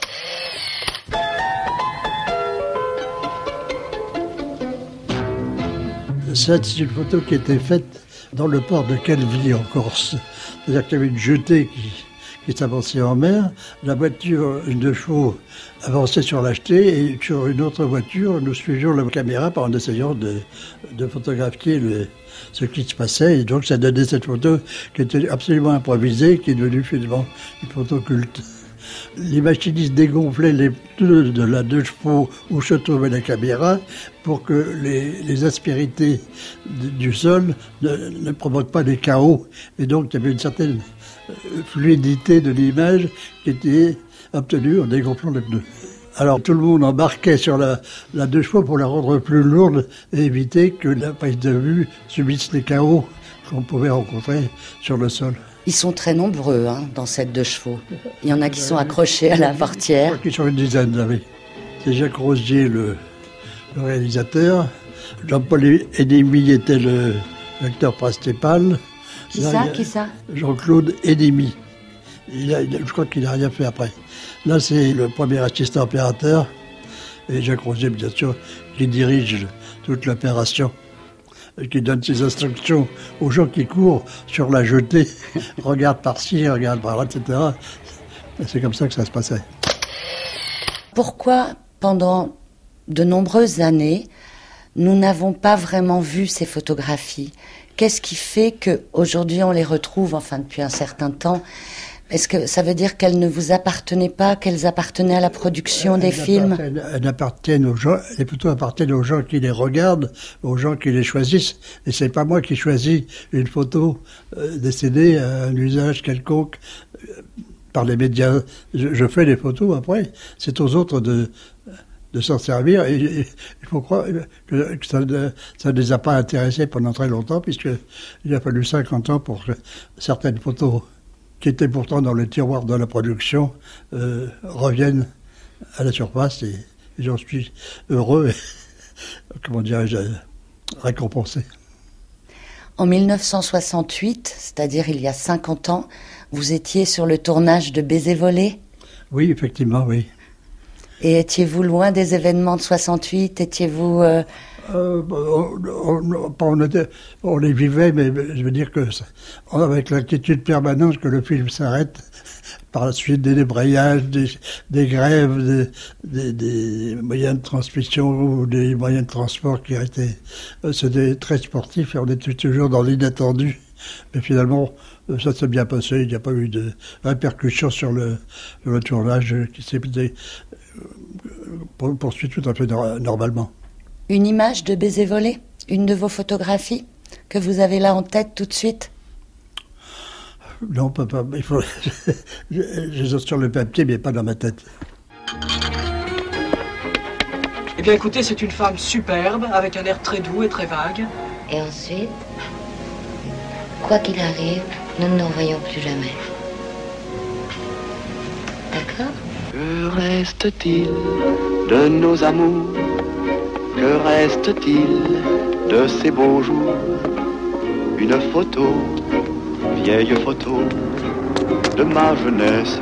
C'est une photo qui était faite dans le port de Calvi en Corse. C'est-à-dire qu'il y avait une jetée qui s'avançait en mer. La voiture, une 2 chevaux, avançait sur la jetée et sur une autre voiture, nous suivions la caméra en essayant de photographier ce qui se passait. Et donc ça donnait cette photo qui était absolument improvisée, qui est devenue finalement une photo culte. Les machinistes dégonflaient les pneus de la 2 chevaux où se trouvait la caméra pour que les aspérités du sol ne provoquent pas des chaos. Et donc il y avait une certaine fluidité de l'image qui était obtenue en dégonflant les pneus. Alors tout le monde embarquait sur la 2 chevaux pour la rendre plus lourde et éviter que la prise de vue subisse les chaos qu'on pouvait rencontrer sur le sol. Ils sont très nombreux dans cette 2 chevaux. Il y en a qui sont accrochés à la portière. Je crois qu'ils sont une dizaine, là, oui. C'est Jacques Rosier, le réalisateur. Jean-Paul Edemy était l'acteur principal. Qui ça Jean-Claude Edemy. Je crois qu'il n'a rien fait après. Là, c'est le premier assistant opérateur. Et Jacques Rosier, bien sûr, qui dirige toute l'opération. Et qui donne ses instructions aux gens qui courent sur la jetée. Regarde par-ci, regarde par-là, etc. Et c'est comme ça que ça se passait. Pourquoi, pendant de nombreuses années, nous n'avons pas vraiment vu ces photographies ? Qu'est-ce qui fait qu'aujourd'hui on les retrouve, enfin depuis un certain temps ? Est-ce que ça veut dire qu'elles ne vous appartenaient pas, qu'elles appartenaient à la production des films ? Elles appartiennent aux gens, les photos appartiennent aux gens qui les regardent, aux gens qui les choisissent. Et c'est pas moi qui choisis une photo destinée à un usage quelconque par les médias. Je fais les photos après. C'est aux autres de s'en servir. Et il faut croire que ça ne les a pas intéressés pendant très longtemps, puisqu'il a fallu 50 ans pour que certaines photos qui étaient pourtant dans le tiroir de la production, reviennent à la surface et j'en suis heureux et, comment dirais-je, récompensé. En 1968, c'est-à-dire il y a 50 ans, vous étiez sur le tournage de Baiser volé ? Oui, effectivement, oui. Et étiez-vous loin des événements de 68 ? Étiez-vous... on les vivait, mais je veux dire que avec l'inquiétude permanente que le film s'arrête par la suite des débrayages, des grèves, des moyens de transmission ou des moyens de transport qui étaient c'était très sportif et on était toujours dans l'inattendu. Mais finalement, ça s'est bien passé, il n'y a pas eu de répercussions sur le tournage qui s'est poursuit tout à fait normalement. Une image de Baiser volé ? Une de vos photographies que vous avez là en tête tout de suite ? Non, pas. Il faut... J'ai sur le papier, mais pas dans ma tête. Eh bien écoutez, c'est une femme superbe, avec un air très doux et très vague. Et ensuite, quoi qu'il arrive, nous ne nous revoyons plus jamais. D'accord ? Que reste-t-il de nos amours ? Que reste-t-il de ces beaux jours ? Une photo, vieille photo de ma jeunesse.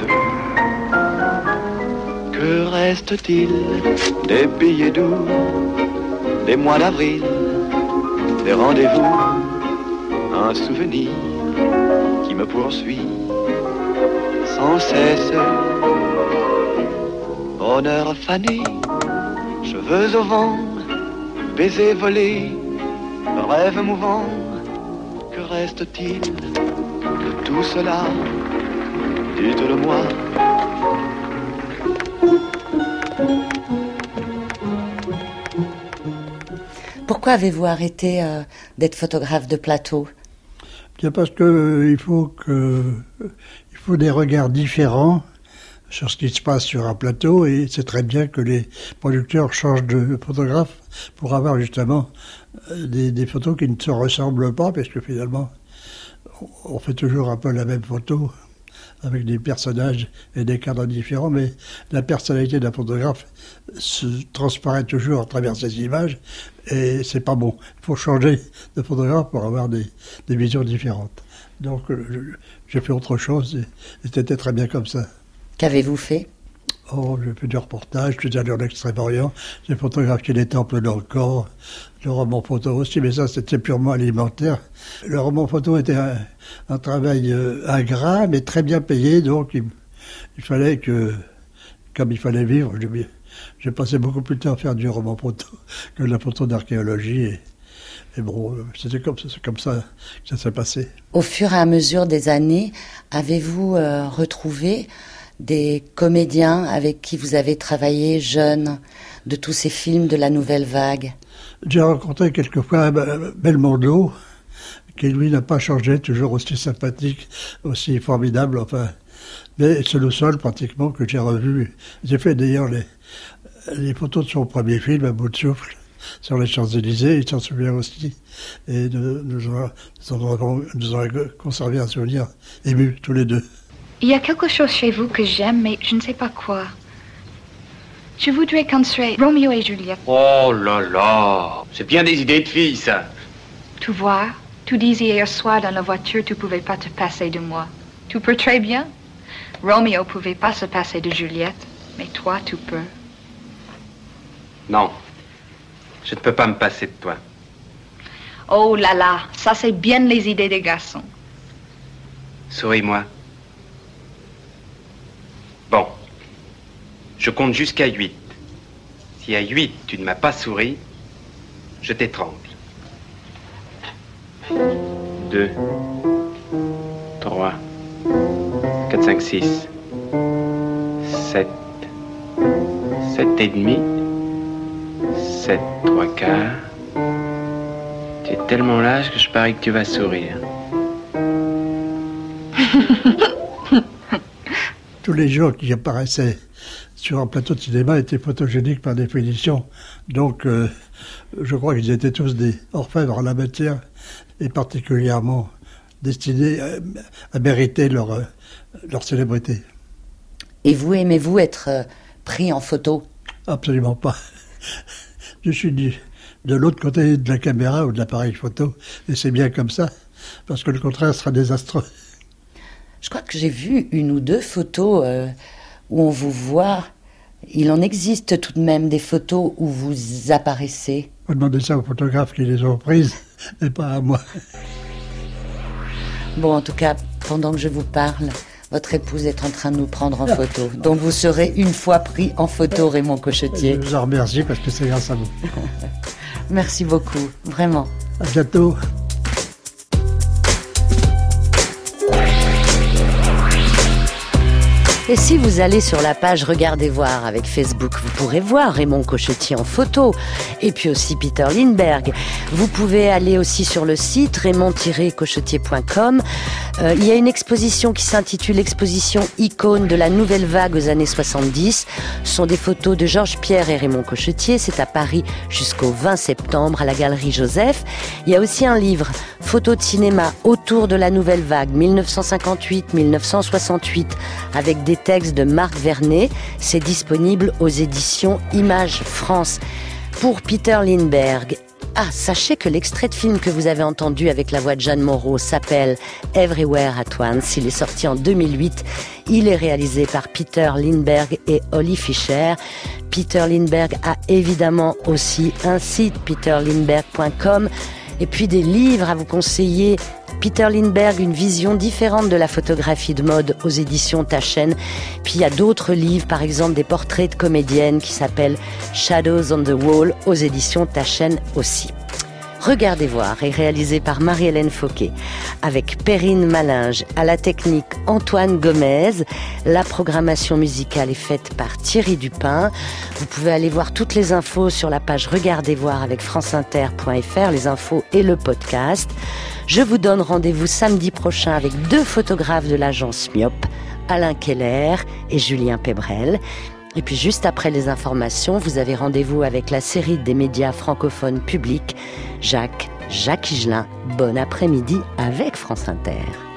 Que reste-t-il des billets doux, des mois d'avril, des rendez-vous, un souvenir qui me poursuit sans cesse. Bonheur fané, cheveux au vent, baiser volé, rêve mouvant. Que reste-t-il de tout cela ? Dites-le-moi. Pourquoi avez-vous arrêté d'être photographe de plateau ? Bien parce que il faut des regards différents sur ce qui se passe sur un plateau et c'est très bien que les producteurs changent de photographe pour avoir justement des photos qui ne se ressemblent pas parce que finalement on fait toujours un peu la même photo avec des personnages et des cadres différents, mais la personnalité d'un photographe se transparaît toujours à travers ces images et c'est pas bon. Il faut changer de photographe pour avoir des visions différentes. Donc j'ai fait autre chose et c'était très bien comme ça. Qu'avez-vous fait ? Oh, j'ai fait du reportage, je suis allé en Extrême-Orient, j'ai photographié les temples dans le corps, le roman photo aussi, mais ça c'était purement alimentaire. Le roman photo était un travail ingrat, mais très bien payé, donc il fallait que, comme il fallait vivre, j'ai passé beaucoup plus de temps à faire du roman photo que de la photo d'archéologie. Et bon, c'est comme ça que ça s'est passé. Au fur et à mesure des années, avez-vous retrouvé des comédiens avec qui vous avez travaillé jeune, de tous ces films de la Nouvelle Vague? J'ai rencontré quelquefois Belmondo, qui lui n'a pas changé, toujours aussi sympathique, aussi formidable, enfin. Mais c'est le seul pratiquement que j'ai revu. J'ai fait d'ailleurs les photos de son premier film, À bout de souffle, sur les Champs-Élysées, il s'en souvient aussi. Et nous avons conservé un souvenir ému, tous les deux. Il y a quelque chose chez vous que j'aime, mais je ne sais pas quoi. Je voudrais construire Roméo et Juliette. Oh là là, c'est bien des idées de filles, ça. Tu vois, tu disais hier soir dans la voiture, tu pouvais pas te passer de moi. Tu peux très bien. Roméo pouvait pas se passer de Juliette, mais toi, tu peux. Non, je ne peux pas me passer de toi. Oh là là, ça c'est bien les idées des garçons. Souris-moi. Bon, je compte jusqu'à 8. Si à 8, tu ne m'as pas souri, je t'étrangle. 2, 3, 4, 5, 6, 7, 7 et demi, 7, 3 quarts. Tu es tellement large que je parie que tu vas sourire. Tous les gens qui apparaissaient sur un plateau de cinéma étaient photogéniques par définition. Donc, je crois qu'ils étaient tous des orfèvres en la matière et particulièrement destinés à mériter leur célébrité. Et vous, aimez-vous être pris en photo? Absolument pas. Je suis de l'autre côté de la caméra ou de l'appareil photo, et c'est bien comme ça, parce que le contraire sera désastreux. Je crois que j'ai vu une ou deux photos où on vous voit. Il en existe tout de même des photos où vous apparaissez. On demandait ça aux photographes qui les ont prises, et pas à moi. Bon, en tout cas, pendant que je vous parle, votre épouse est en train de nous prendre en photo. Donc vous serez une fois pris en photo, Raymond Cochetier. Je vous en remercie parce que c'est grâce à vous. Merci beaucoup, vraiment. À bientôt. Et si vous allez sur la page Regardez voir avec Facebook, vous pourrez voir Raymond Cochetier en photo et puis aussi Peter Lindbergh. Vous pouvez aller aussi sur le site raymond-cochetier.com. Il y a une exposition qui s'intitule Exposition icône de la Nouvelle Vague aux années 70. Ce sont des photos de Georges Pierre et Raymond Cochetier. C'est à Paris jusqu'au 20 septembre à la Galerie Joseph. Il y a aussi un livre, Photos de cinéma autour de la Nouvelle Vague 1958-1968 avec des textes de Marc Vernet. C'est disponible aux éditions Images France. Pour Peter Lindbergh, sachez que l'extrait de film que vous avez entendu avec la voix de Jeanne Moreau s'appelle Everywhere at Once. Il est sorti en 2008. Il est réalisé par Peter Lindbergh et Holly Fisher. Peter Lindbergh a évidemment aussi un site, peterlindbergh.com, et puis des livres à vous conseiller. Peter Lindbergh, une vision différente de la photographie de mode aux éditions Taschen. Puis il y a d'autres livres, par exemple des portraits de comédiennes qui s'appellent Shadows on the Wall aux éditions Taschen aussi. Regardez voir est réalisé par Marie-Hélène Fauquet avec Perrine Malinge, à la technique Antoine Gomez. La programmation musicale est faite par Thierry Dupin. Vous pouvez aller voir toutes les infos sur la page Regardez voir avec franceinter.fr, les infos et le podcast. Je vous donne rendez-vous samedi prochain avec deux photographes de l'agence Myope, Alain Keller et Julien Pébrel. Et puis juste après les informations, vous avez rendez-vous avec la série des médias francophones publics, Jacques Higelin. Bon après-midi avec France Inter.